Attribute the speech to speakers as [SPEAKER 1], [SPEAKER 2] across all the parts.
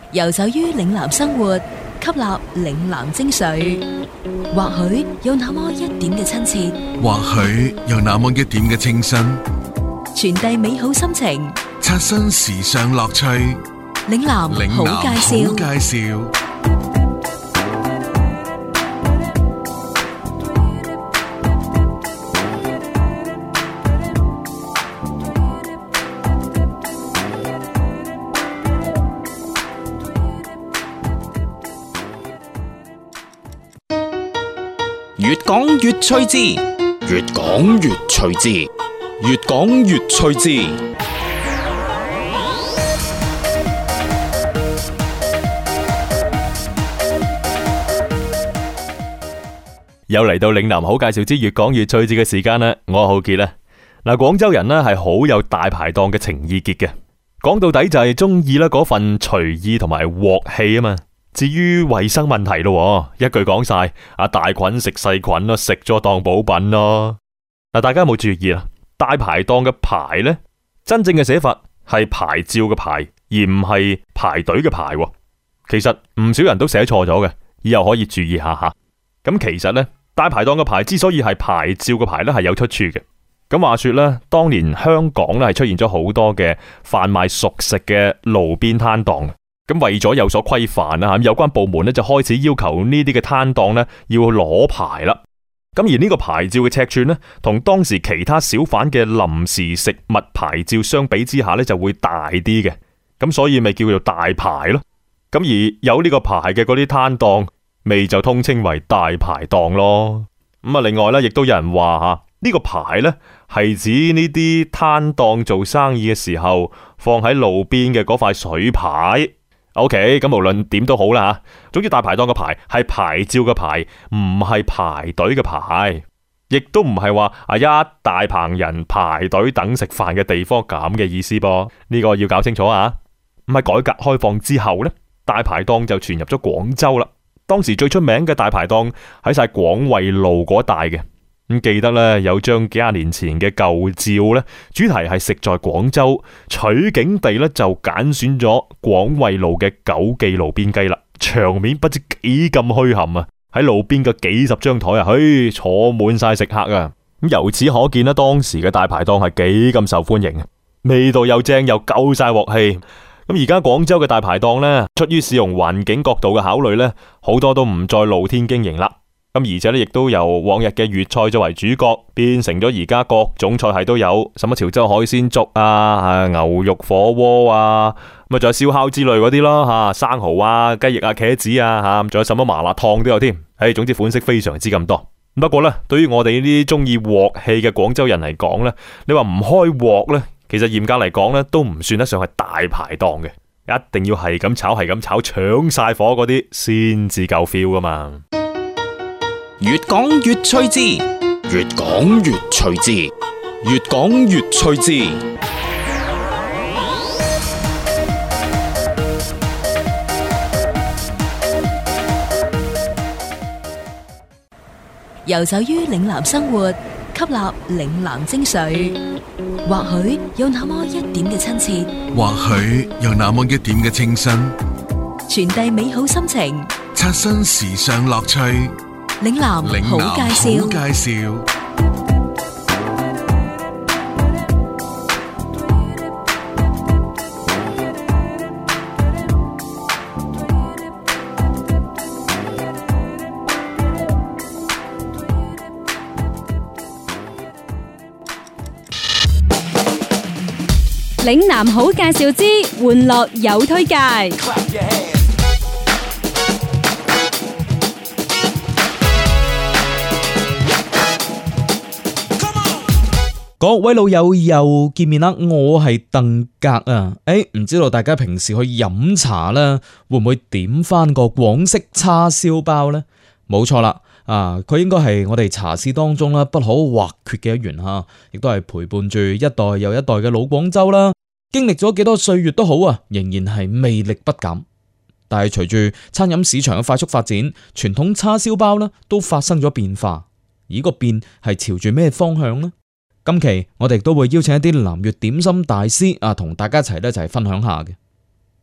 [SPEAKER 1] 遊走於嶺南生活，吸納嶺南精髓，或許有那麼一點嘅親切，
[SPEAKER 2] 或許有那麼一點嘅清新，
[SPEAKER 1] 傳遞美好心情，
[SPEAKER 2] 刷新時尚樂趣。
[SPEAKER 1] 嶺南好介紹。
[SPEAKER 3] 越講越趣致，越講越趣致，越講越趣致。
[SPEAKER 4] 又嚟到嶺南好介紹之越講越趣致嘅時間啦！我係浩傑啦。嗱，廣州人呢係好有大排檔嘅情意結嘅，講到底就係中意啦嗰份隨意同埋鑊氣啊嘛。至於衛生問題咯，一句講晒，大菌食細菌咯，食咗當補品咯。嗱，大家有冇注意啊？大排檔嘅牌呢，真正嘅寫法係牌照嘅牌，而唔係排隊嘅排。其實唔少人都寫錯咗嘅，以後可以注意下吓。咁其實呢，大排檔嘅牌之所以係牌照嘅牌呢，係有出處嘅。咁話說呢，當年香港呢係出現咗好多嘅販賣熟食嘅路邊攤檔。咁為咗有所規範啦，有關部門咧就開始要求呢啲嘅攤檔咧要攞牌啦。咁而呢個牌照嘅尺寸咧，同當時其他小販嘅臨時食物牌照相比之下咧就會大啲嘅。咁所以咪叫做大牌咯。咁而有呢個牌嘅嗰啲攤檔，咪就通稱為大排檔咯。咁啊，另外咧亦都有人話呢個牌咧係指呢啲攤檔做生意嘅時候放喺路邊嘅嗰塊水牌。OK， 咁無論點都好啦吓，總之大排檔嘅牌係牌照嘅牌，唔係排隊嘅牌，亦都唔係話一大棚人排隊等食飯嘅地方咁嘅意思噃。呢個要搞清楚啊！咁喺改革開放之後呢，大排檔就傳入咗廣州啦。當時最出名嘅大排檔喺晒廣衛路嗰帶嘅。咁記得咧，有張幾廿年前嘅舊照咧，主題係食在廣州，取景地咧就揀選咗廣衛路嘅九記路邊雞啦。場面不知幾咁墟冚啊！喺路邊嘅幾十張台啊，坐滿晒食客啊！咁由此可見啦，當時嘅大排檔係幾咁受歡迎，味道又正又夠晒鑊氣。咁而家廣州嘅大排檔咧，出於市容環境角度嘅考慮咧，好多都唔再露天經營啦。咁而且咧，亦都由往日嘅粵菜作為主角，變成咗而家各種菜系都有，什麼潮州海鮮粥啊、牛肉火鍋啊，咁仲有燒烤之類嗰啲咯吓，生蠔啊、雞翼啊、茄子啊吓，仲有什麼麻辣燙都有添。總之款式非常之咁多。不過咧，對於我哋呢啲中意鑊氣嘅廣州人嚟講咧，你話唔開鑊咧，其實嚴格嚟講咧，都唔算得上係大排檔嘅，一定要係咁炒，搶晒火嗰啲先至夠 feel 噶嘛。
[SPEAKER 3] 越講越趣致，越講越趣致，越講越趣致。
[SPEAKER 1] 遊走於嶺南生活，吸納嶺南精髓，或許有那麼一點嘅親切，
[SPEAKER 2] 或許有那麼一點嘅清新，
[SPEAKER 1] 傳遞美好心情，
[SPEAKER 2] 刷新時尚樂趣。
[SPEAKER 1] 嶺南好介紹。
[SPEAKER 5] 嶺南好介紹之玩樂有推介。
[SPEAKER 6] 各位老友又見面啦，我係鄧格啊！唔知道大家平時去飲茶啦，會唔會點翻個廣式叉燒包呢？冇錯啦，佢應該係我哋茶市當中啦不可或缺嘅一員吓，亦都係陪伴住一代又一代嘅老廣州啦。經歷咗幾多歲月都好啊，仍然係魅力不減。但係隨住餐飲市場嘅快速發展，傳統叉燒包呢都發生咗變化，而個變係朝住咩方向呢？今期我哋都會邀請一啲南粵點心大師同大家一齊分享下嘅。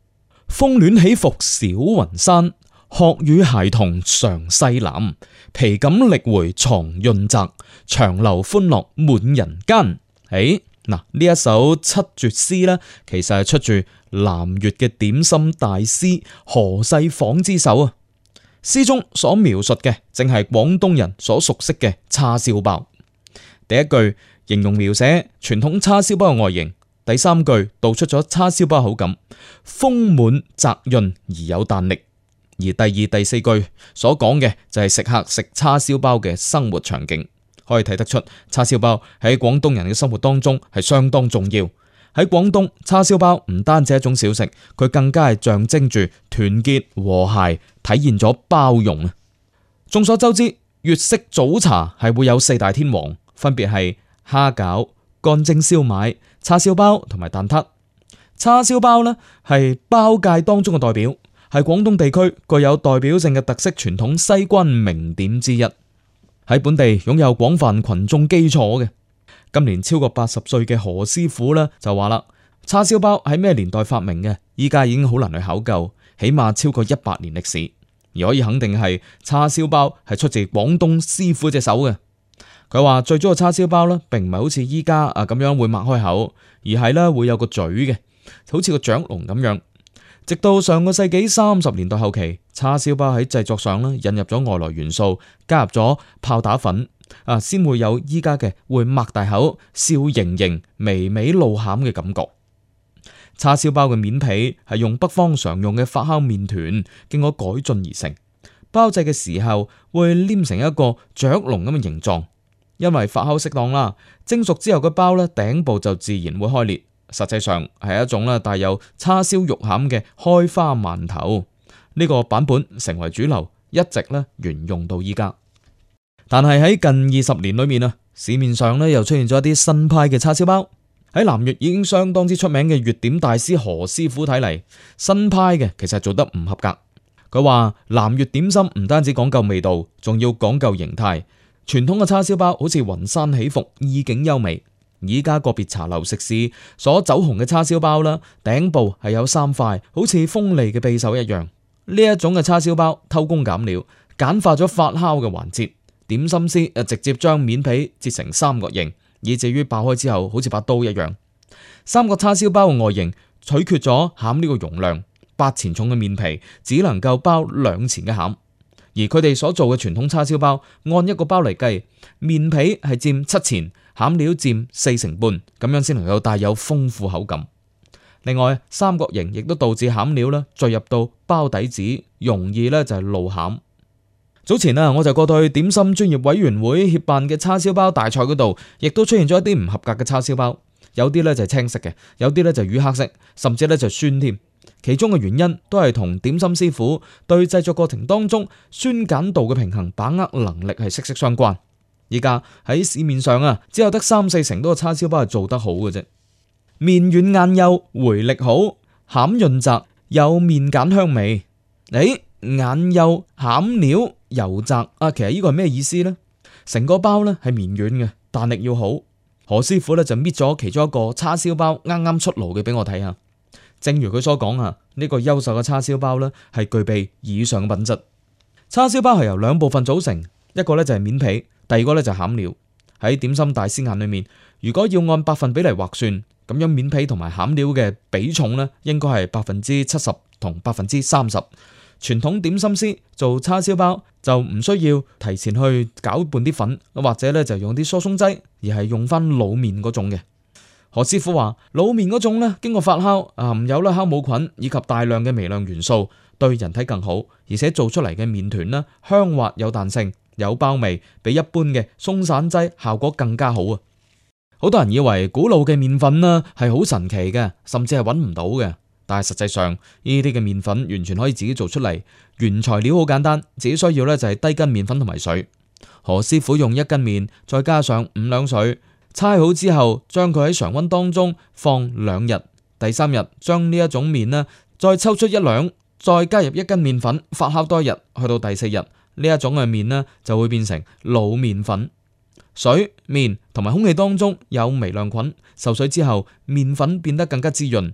[SPEAKER 6] 風戀起伏小雲山，鶴與孩童常細藍。皮錦力回藏潤澤，長留歡樂滿人間。嗱，呢一首七絕詩呢，其實係出自南越嘅點心大師何世晃之手啊。詩中所描述嘅正係廣東人所熟悉嘅叉燒包。第一句形容描寫傳統叉燒包嘅外形，第三句道出咗叉燒包口感豐滿澤潤而有彈力，而第二、第四句所講嘅就係食客食叉燒包嘅生活場景。可以睇得出叉燒包喺廣東人嘅生活當中係相當重要。喺廣東，叉燒包唔單止係一種小食，佢更加係象徵住團結和諧，體現咗包容啊！眾所周知，粵式早茶係會有四大天王，分別係蝦餃、乾蒸燒賣、叉燒包同埋蛋撻。叉燒包呢係包界當中嘅代表，係廣東地區具有代表性嘅特色傳統西關名點之一，喺本地擁有廣泛群眾基礎嘅。今年超過80歲嘅何師傅呢就話啦，叉燒包喺咩年代發明嘅，依家已經好難去考究，起碼超過100年歷史。而可以肯定係叉燒包係出自廣東師傅隻手嘅。佢話最早嘅叉燒包呢並唔係好似依家咁樣會擘開口，而係呢會有個嘴嘅，好似個雀籠咁樣。直到上個世紀30年代後期，叉燒包喺製作上呢引入咗外來元素，加入咗炮打粉，先會有依家嘅會擘大口、笑盈盈、微微露餡嘅感覺。叉燒包嘅面皮係用北方常用嘅發酵麵團經過改進而成，包製嘅時候會黏成一個雀籠咁嘅形狀。因為發酵適當啦，蒸熟之後嘅包呢頂部就自然會開裂。實際上係一種帶有叉燒肉餡嘅開花饅頭，呢個版本成為主流，一直沿用到依家。但係喺近20年裏面市面上又出現咗一啲新派嘅叉燒包。喺南粵已經相當之出名嘅粵點大師何師傅睇嚟，新派嘅其實做得唔合格。佢話南粵點心唔單止講究味道，仲要講究形態。傳統嘅叉燒包好似雲山起伏，意境優美。而家個別茶樓食肆所走紅嘅叉燒包啦，頂部係有3塊好似鋒利嘅匕首一樣。呢一種嘅叉燒包偷工減料，簡化咗發酵嘅環節。點心師直接將面皮切成三角形，以至於爆開之後好似把刀一樣。三角叉燒包嘅外形取決咗餡料嘅容量，8錢重嘅面皮只能夠包2錢嘅餡。而佢哋所做嘅傳統叉燒包，按一個包嚟計，面皮係佔7錢，餡料佔4成半，咁樣先能夠帶有豐富口感。另外，三角形亦都導致餡料墜入到包底子，容易就係露餡。早前我就過到去點心專業委員會協辦嘅叉燒包大賽嗰度，亦都出現咗一啲唔合格嘅叉燒包，有啲就係青色嘅，有啲就係乳黑色，甚至就酸添。其中嘅原因都係同點心師傅對製作過程當中酸鹼度嘅平衡把握能力係息息相關。而家喺市面上只有得3-4成多嘅叉燒包係做得好嘅啫。麵軟硬幼，回力好，餡潤澤，有麵鹼香味。硬幼餡料油澤其實呢個係咩意思呢？成個包係綿軟嘅，彈力要好。何師傅就搣咗其中一個叉燒包啱啱出爐嘅俾我睇下。正如佢所講呢個優秀嘅叉燒包係具備以上嘅品質。叉燒包係由2部分組成，一個就係面皮，第二個就係餡料。喺點心大師眼裏面，如果要按百分比嚟劃算，咁樣面皮同埋餡料嘅比重應該係70%同30%。傳統點心師做叉燒包就唔需要提前去攪拌啲粉，或者就用啲疏鬆劑，而係用翻老麵嗰種嘅。何師傅話老麵嗰種經過發酵，含有酵母菌以及大量嘅微量元素，對人體更好，而且做出嚟嘅麵團香滑有彈性，有包味，比一般嘅鬆散劑效果更加好啊！好多人以為古老嘅麵粉係好神奇嘅，甚至係揾唔到嘅。但係實際上呢啲嘅麵粉完全可以自己做出嚟，原材料好簡單，只需要就係低筋麵粉同埋水。何師傅用1斤麵再加上5兩水，搓好之後將佢喺常溫當中放2日，第3日將呢一種麵再抽出1兩，再加入1斤麵粉發酵多1日，去到第4日呢一種嘅麵就會變成老麵粉。水、麵同埋空氣當中有微量菌，受水之後麵粉變得更加滋潤。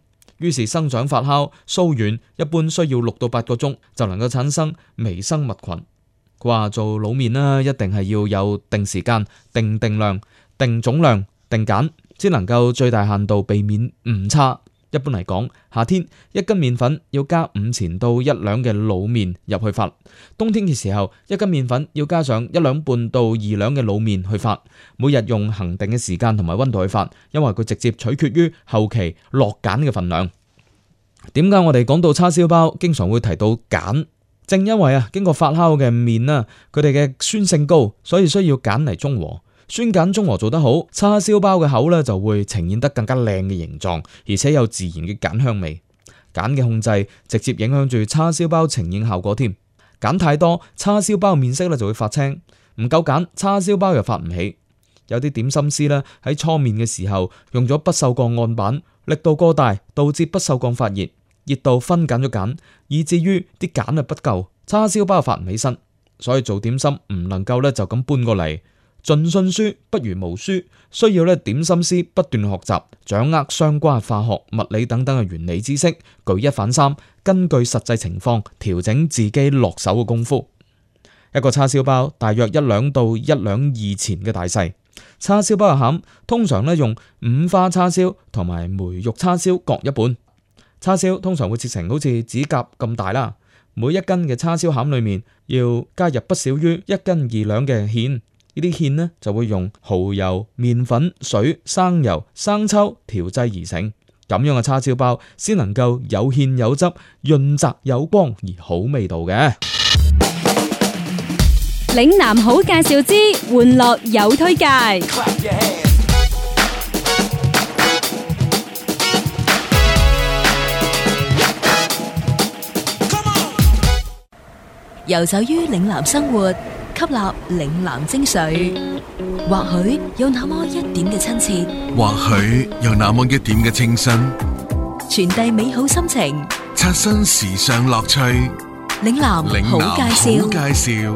[SPEAKER 6] 於是生長發酵酥軟，一般需要6到8個鐘就能夠產生微生物群。佢話做滷麵啦，一定係要有定時間、定量、定總量、定鹼，先能夠最大限度避免誤差。一般嚟講，夏天1斤麵粉要加5錢到1兩嘅滷麵入去發；冬天嘅時候，1斤麵粉要加上1兩半到2兩嘅滷麵去發。每日用恒定嘅時間同埋溫度去發，因為佢直接取決於後期落鹼嘅份量。點解我哋講到叉燒包經常會提到鹼？正因為經過發酵嘅麵啦，佢哋嘅酸性高，所以需要鹼嚟中和。酸鹼中和做得好，叉燒包嘅口咧就會呈現得更加靚嘅形狀，而且有自然嘅鹼香味。鹼嘅控制直接影響住叉燒包呈現效果添。鹼太多，叉燒包面色咧就會發青；唔夠鹼，叉燒包又發唔起。有啲點心師咧喺搓麵嘅時候用咗不鏽鋼案板，力度過大，導致不鏽鋼發熱，熱度分解咗鹼，以至於啲鹼不夠，叉燒包發唔起身。所以做點心唔能夠咧就咁搬過嚟。盡信書不如無書，需要點心師不斷學習，掌握相關化學、物理等等嘅原理知識，舉一反三，根據實際情況調整自己落手嘅功夫。一個叉燒包大約1兩到1兩2錢嘅大細。叉燒包嘅餡通常用五花叉燒同埋梅肉叉燒各一半。叉燒通常會切成好似指甲咁大啦。每1斤嘅叉燒餡裏面要加入不少於1斤2兩嘅芡。呢啲芡呢就會用蠔油、麵粉、水、生油、生抽調製而成，咁樣嘅叉燒包先能夠有芡有汁、潤澤有光而好味道嘅。
[SPEAKER 5] 嶺南好介紹之，玩樂有推介。
[SPEAKER 1] 遊走於嶺南生活，吸納嶺南精髓，或許有那麼一點嘅親切，
[SPEAKER 2] 或許有那麼一點嘅清新，
[SPEAKER 1] 傳遞美好心情，
[SPEAKER 2] 刷新時尚樂趣。
[SPEAKER 1] 嶺南好介紹。
[SPEAKER 2] 好介紹。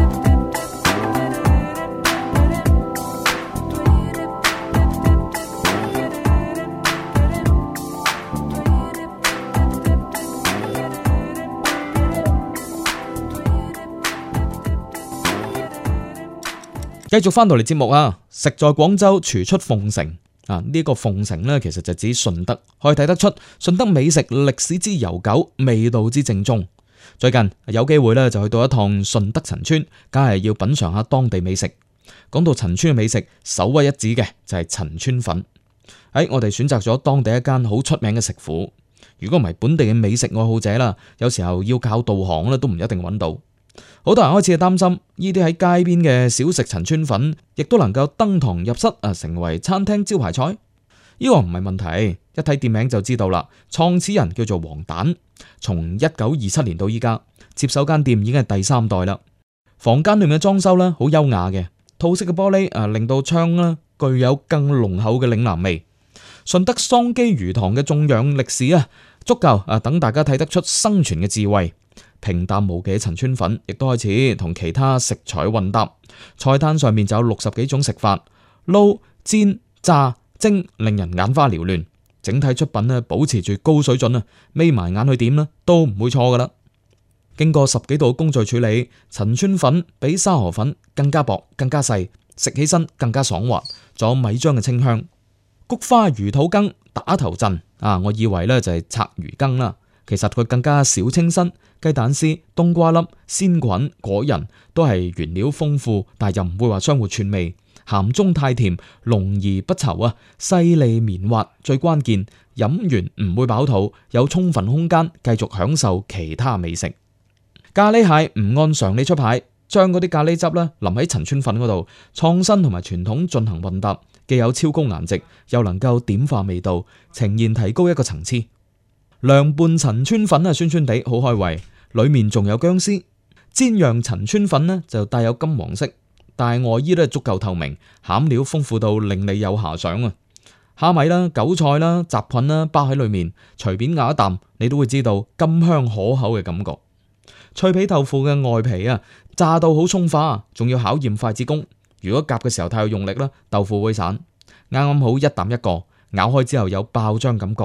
[SPEAKER 6] 繼續翻到嚟節目啊！食在廣州，廚出鳳城啊！呢個鳳城呢，其實就指順德，可以睇得出順德美食歷史之悠久，味道之正宗。最近有機會呢，就去到一趟順德陳村，梗係要品嘗下當地美食。講到陳村嘅美食，首屈一指嘅就係陳村粉。我哋選擇咗當地一間好出名嘅食府。如果唔係本地嘅美食愛好者啦，有時候要靠導航咧，都唔一定揾到。好多人開始擔心呢啲喺街邊嘅小食陳村粉，亦都能夠登堂入室成為餐廳招牌菜。呢個唔係問題，一睇店名就知道啦。創始人叫做黃蛋，從1927年到依家接手間店已經係第3代啦。房間裏面嘅裝修咧好優雅嘅，套式嘅玻璃令到窗咧具有更濃厚嘅嶺南味。順德桑基魚塘嘅種養歷史足夠等大家睇得出生存嘅智慧。平淡無奇嘅陳村粉，亦都開始同其他食材混搭。菜單上面就有60幾種食法，撈、煎、炸、蒸，令人眼花繚亂。整體出品保持住高水準，眯埋眼去點都唔會錯噶啦。經過10幾道工序處理，陳村粉比沙河粉更加薄、更加細，食起身更加爽滑，仲有米漿嘅清香。菊花魚肚羹打頭陣我以為就係拆魚羹啦。其實佢更加少清新，雞蛋絲、冬瓜粒、鮮滾、果仁都係原料豐富，但又唔會話相互串味，鹹中太甜，濃而不稠細膩綿滑。最關鍵，飲完唔會飽肚，有充分空間繼續享受其他美食。咖喱蟹唔按常理出牌，將嗰啲咖喱汁淋喺陳村粉嗰度，創新同埋傳統進行混搭，既有超高顏值，又能夠點化味道，呈現提高一個層次。涼拌陳村粉酸酸地好開胃，裏面仲有薑絲。煎釀陳村粉就帶有金黃色，但係外衣足夠透明，餡料豐富到令你有遐想蝦米啦、韭菜啦、雜菌啦包喺裏面，隨便咬一啖，你都會知道甘香可口嘅感覺。脆皮豆腐嘅外皮炸到好鬆化，仲要考驗筷子功。如果夾嘅時候太有用力豆腐會散。啱啱好一啖一個，咬開之後有爆漿感覺。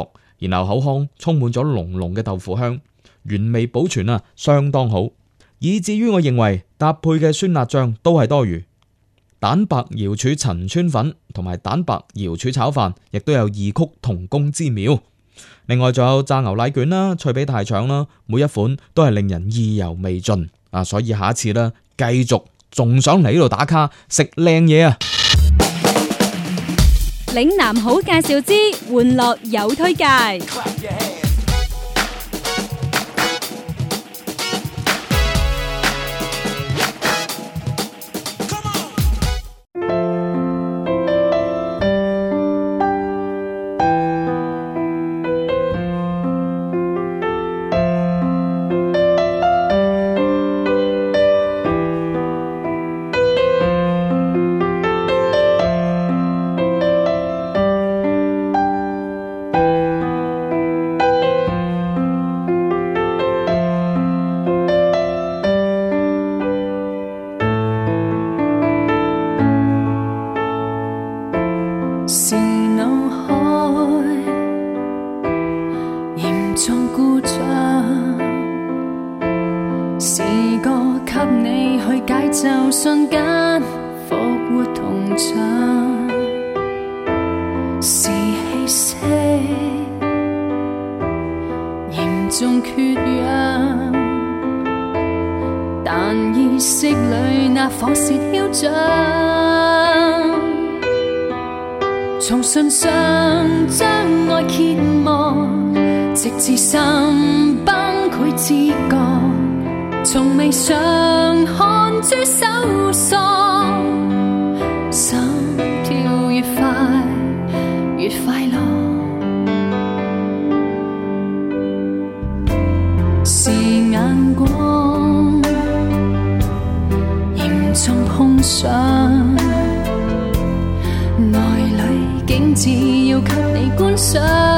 [SPEAKER 6] 然後口腔充滿咗濃濃嘅豆腐香，原味保存啊相當好，以至於我認為搭配嘅酸辣醬都係多餘。蛋白瑤柱陳村粉同埋蛋白瑤柱炒飯亦都有異曲同工之妙。另外仲有炸牛奶卷啦、脆皮大腸啦，每一款都係令人意猶未盡啊！所以下一次啦，繼續仲想嚟呢度打卡食靚嘢啊！
[SPEAKER 5] 嶺南好介紹之，玩樂有推介。
[SPEAKER 7] 是腦海嚴重故障，試過給你去解咒，瞬間復活銅像，是氣息嚴重缺氧，但意識裏那火舌囂張。從唇上將愛揭幕，直至心崩潰自覺，從未想看珠手索，心跳越快越快樂，是眼光嚴重碰上，竟只要給你觀賞，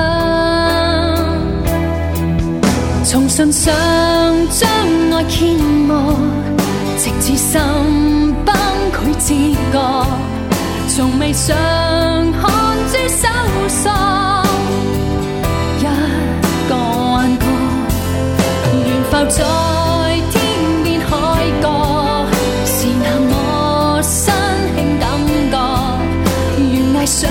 [SPEAKER 7] 從唇上將愛揭幕，直至心崩潰自覺，從未想看珠手索，一個眼角懸浮在天邊海角，是那麼新興感覺，懸崖上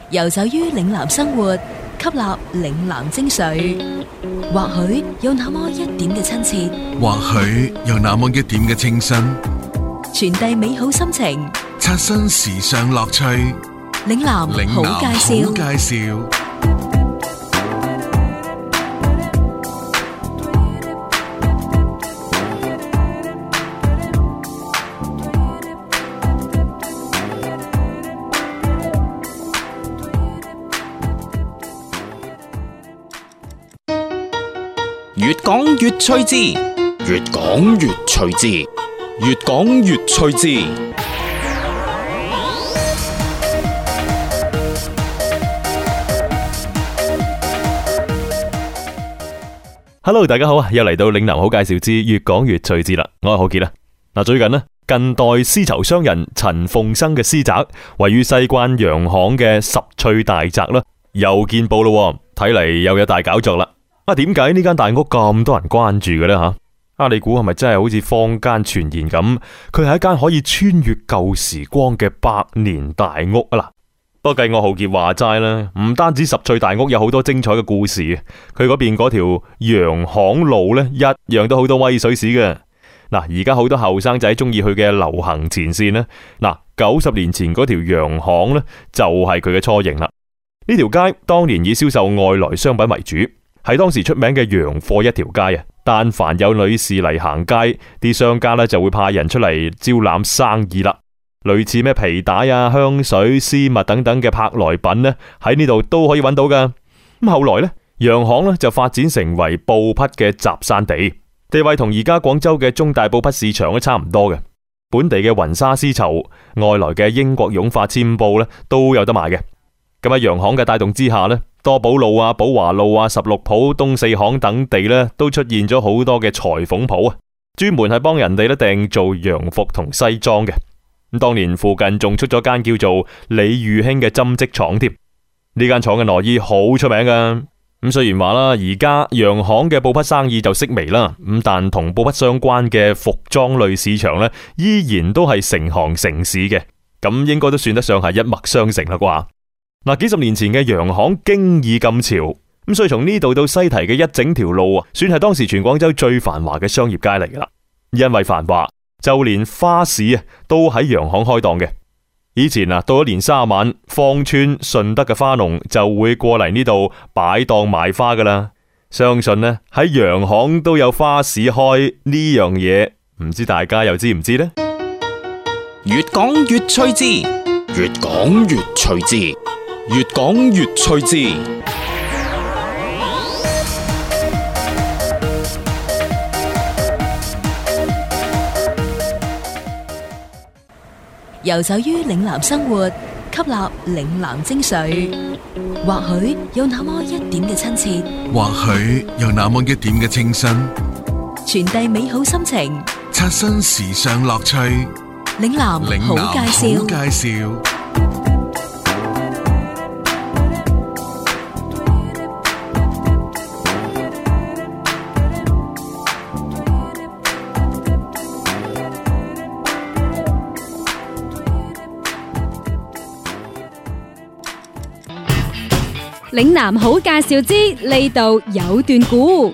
[SPEAKER 1] 遊走於嶺南生活，吸納嶺南精髓，或許有那麼一點嘅親切，
[SPEAKER 2] 或許有那麼一點嘅清新，
[SPEAKER 1] 傳遞美好心情，
[SPEAKER 2] 刷新時尚樂趣。
[SPEAKER 1] 嶺南好介紹。
[SPEAKER 2] 好介紹。
[SPEAKER 3] 越講越趣致，越講越趣致，越講越趣致。
[SPEAKER 4] Hello， 大家好啊！又嚟到嶺南好介紹之越講越趣致啦。我係浩傑啦。嗱，最近呢，近代絲綢商人陳鳳生嘅私宅，位於西關洋行嘅十趣大宅啦，又見報咯。睇嚟又有大搞作啦。點解呢間大屋咁多人關注嘅呢？你估係咪真係好似坊間傳言咁？佢係一間可以穿越舊時光嘅百年大屋啊！嗱，不過計我浩傑話齋啦，唔單止十趣大屋有好多精彩嘅故事，佢嗰邊嗰條洋行路呢，一樣都好多威水史嘅。嗱，而家好多後生仔中意去嘅流行前線呢，嗱，90年前嗰條洋行呢，就係佢嘅雛形啦。呢條街當年以銷售外來商品為主，係當時出名嘅洋貨一條街啊！但凡有女士嚟行街，啲商家咧就會派人出嚟招攬生意啦。類似咩皮帶啊、香水、絲襪等等嘅舶來品呢，喺呢度都可以揾到噶。咁後來呢，洋行呢就發展成為布匹嘅集散地，地位同而家廣州嘅中大布匹市場都差唔多嘅。本地嘅雲紗絲綢、外來嘅英國絨化纖布呢，都有得賣嘅。咁喺洋行嘅帶動之下呢，多寶路啊、寶華路啊、十六鋪、東四行等地咧，都出現咗好多嘅裁縫鋪啊，專門係幫人哋咧訂做洋服同西裝嘅。咁當年附近仲出咗間叫做李裕興嘅針織廠添，呢間廠嘅內衣好出名噶。咁雖然話啦，而家洋行嘅布匹生意就式微啦，咁但同布匹相關嘅服裝類市場咧，依然都係成行成市嘅，咁應該都算得上係一脈相承啦啩。嗱，幾十年前嘅洋行經已咁潮，咁所以從呢度到西堤嘅一整條路啊，算係當時全廣州最繁華嘅商業街嚟噶啦。因為繁華，就連花市啊都喺洋行開檔嘅。以前啊，到咗年卅晚，芳村、順德嘅花農就會過嚟呢度擺檔賣花噶啦。相信呢，喺洋行都有花市開呢樣嘢，唔知大家又知唔知呢？
[SPEAKER 3] 越講越趣致，越講越趣致。越講越趣致，
[SPEAKER 1] 遊走於嶺南生活，吸納嶺南精髓，或許有那麼一點嘅親切，
[SPEAKER 2] 或許有那麼一點嘅清新，
[SPEAKER 1] 傳遞美好心情，
[SPEAKER 2] 刷新時尚樂趣。
[SPEAKER 1] 嶺南好介紹。
[SPEAKER 2] 好介紹。
[SPEAKER 5] 嶺南好介紹之，呢度有段古。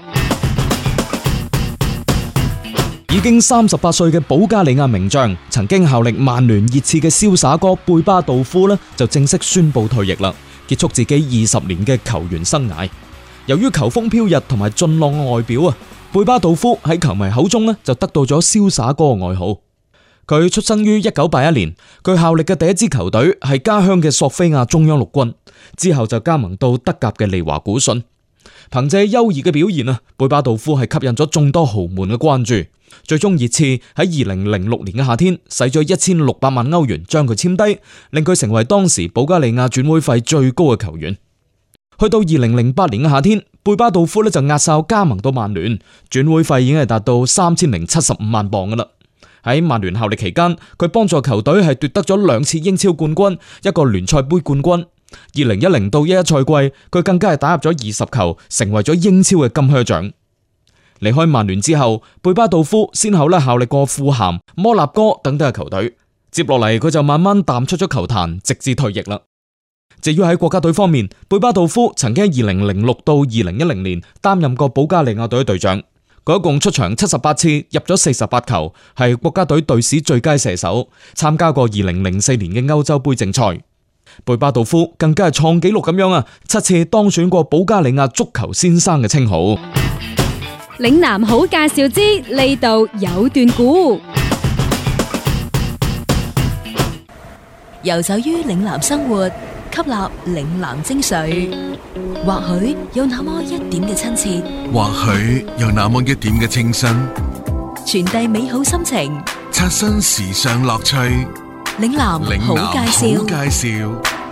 [SPEAKER 6] 已經38歲嘅保加利亞名將，曾經效力曼聯熱刺嘅瀟灑哥貝巴道夫呢，就正式宣布退役啦，結束自己20年嘅球員生涯。由於球風飄逸同埋俊朗嘅外表啊，貝巴道夫喺球迷口中呢，就得到咗瀟灑哥嘅外號。佢出生於1981年，佢效力嘅第一支球隊係家鄉嘅索菲亞中央陸軍，之後就加盟到德甲嘅利華古遜。憑借優異嘅表現啊，貝巴道夫係吸引咗眾多豪門嘅關注。最終熱刺喺2006年嘅夏天使咗1600萬歐元將佢簽低，令佢成為當時保加利亞轉會費最高嘅球員。去到2008年嘅夏天，貝巴道夫就壓哨加盟到曼聯，轉會費已經係達到3075萬鎊噶啦。喺曼聯效力期間，佢幫助球隊係奪得咗2次英超冠軍，一個聯賽杯冠軍。2010到11賽季，佢更加係打入咗20球，成為咗英超嘅金靴獎。離開曼聯之後，貝巴道夫先後效力過富咸、摩納哥等等嘅球隊。接落嚟佢就慢慢淡出咗球壇，直至退役啦。 至於喺國家隊方面，貝巴道夫曾經喺2006到2010年擔任過保加利亞隊隊長，佢一共出場78次，入咗48球，係國家隊隊史最佳射手，參加過2004年嘅歐洲盃正賽。貝巴道夫更加係創紀錄咁樣7次當選過保加利亞足球先生嘅稱號。
[SPEAKER 5] 嶺南好介紹之，呢度有段古。
[SPEAKER 1] 遊走於嶺南生活，吸納嶺南精髓，或許有那麼一點嘅親切，
[SPEAKER 2] 或許有那麼一點嘅清新，
[SPEAKER 1] 傳遞美好心情，
[SPEAKER 2] 刷新時尚樂趣。
[SPEAKER 1] 嶺南好介紹。
[SPEAKER 2] 好介紹。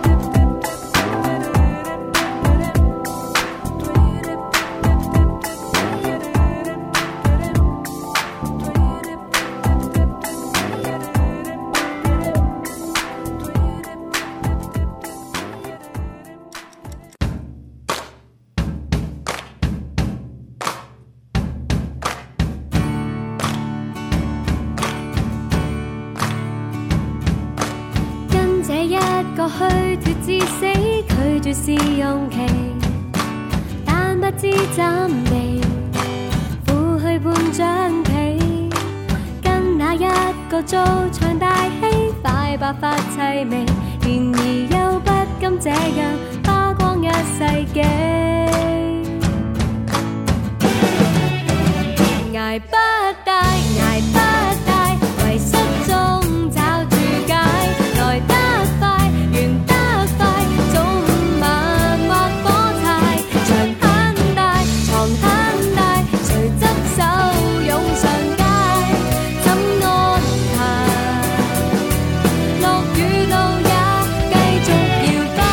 [SPEAKER 8] 個虛脫至死，拒絕試用期，但不知怎地撫去半張被，跟那一個做場大戲，快白髮凄美，然而又不甘這樣花光一世紀，捱不大，捱不大，遺失中找注解，來得快，完得快，早午晚或火柴，場很大，床很大，誰執手湧上街，怎安排？落雨路也繼續搖擺。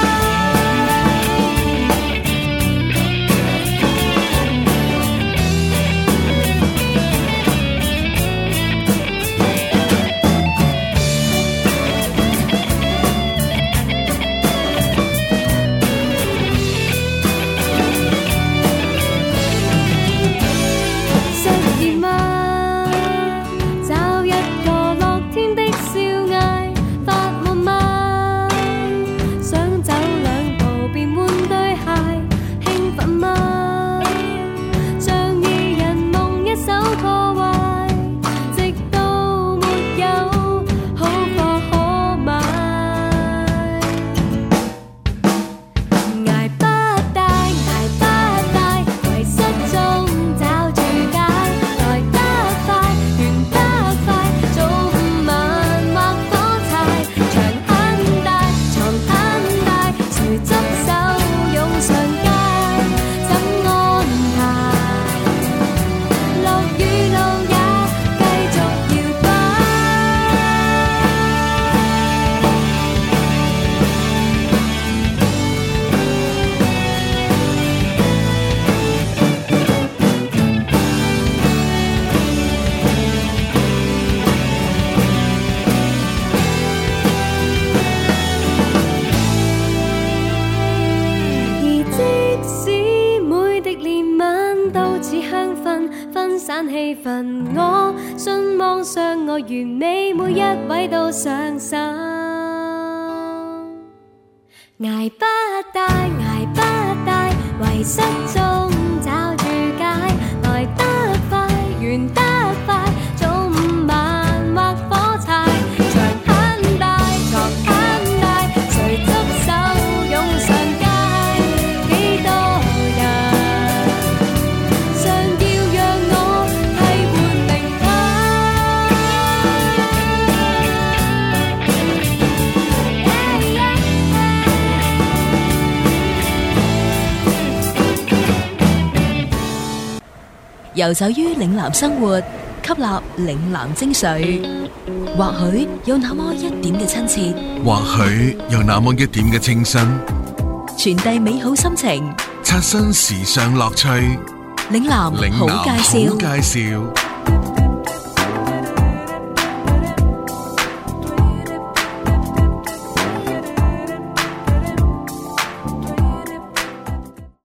[SPEAKER 8] 氣氛，我信望相愛完美，每一位都上手。捱不大，捱不大，遺失中找注解，來得快，完得快，早午晚或火柴，場很大，床很大，誰執手湧上街，幾多人想要讓我替換名牌。
[SPEAKER 1] 遊走於嶺南生活，吸納嶺南精髓，或許有那麼一點嘅親切，
[SPEAKER 2] 或許有那麼一點嘅清新，
[SPEAKER 1] 傳遞美好心情，
[SPEAKER 2] 刷新時尚樂趣。
[SPEAKER 1] 嶺南好介紹。
[SPEAKER 2] 嶺南好介紹。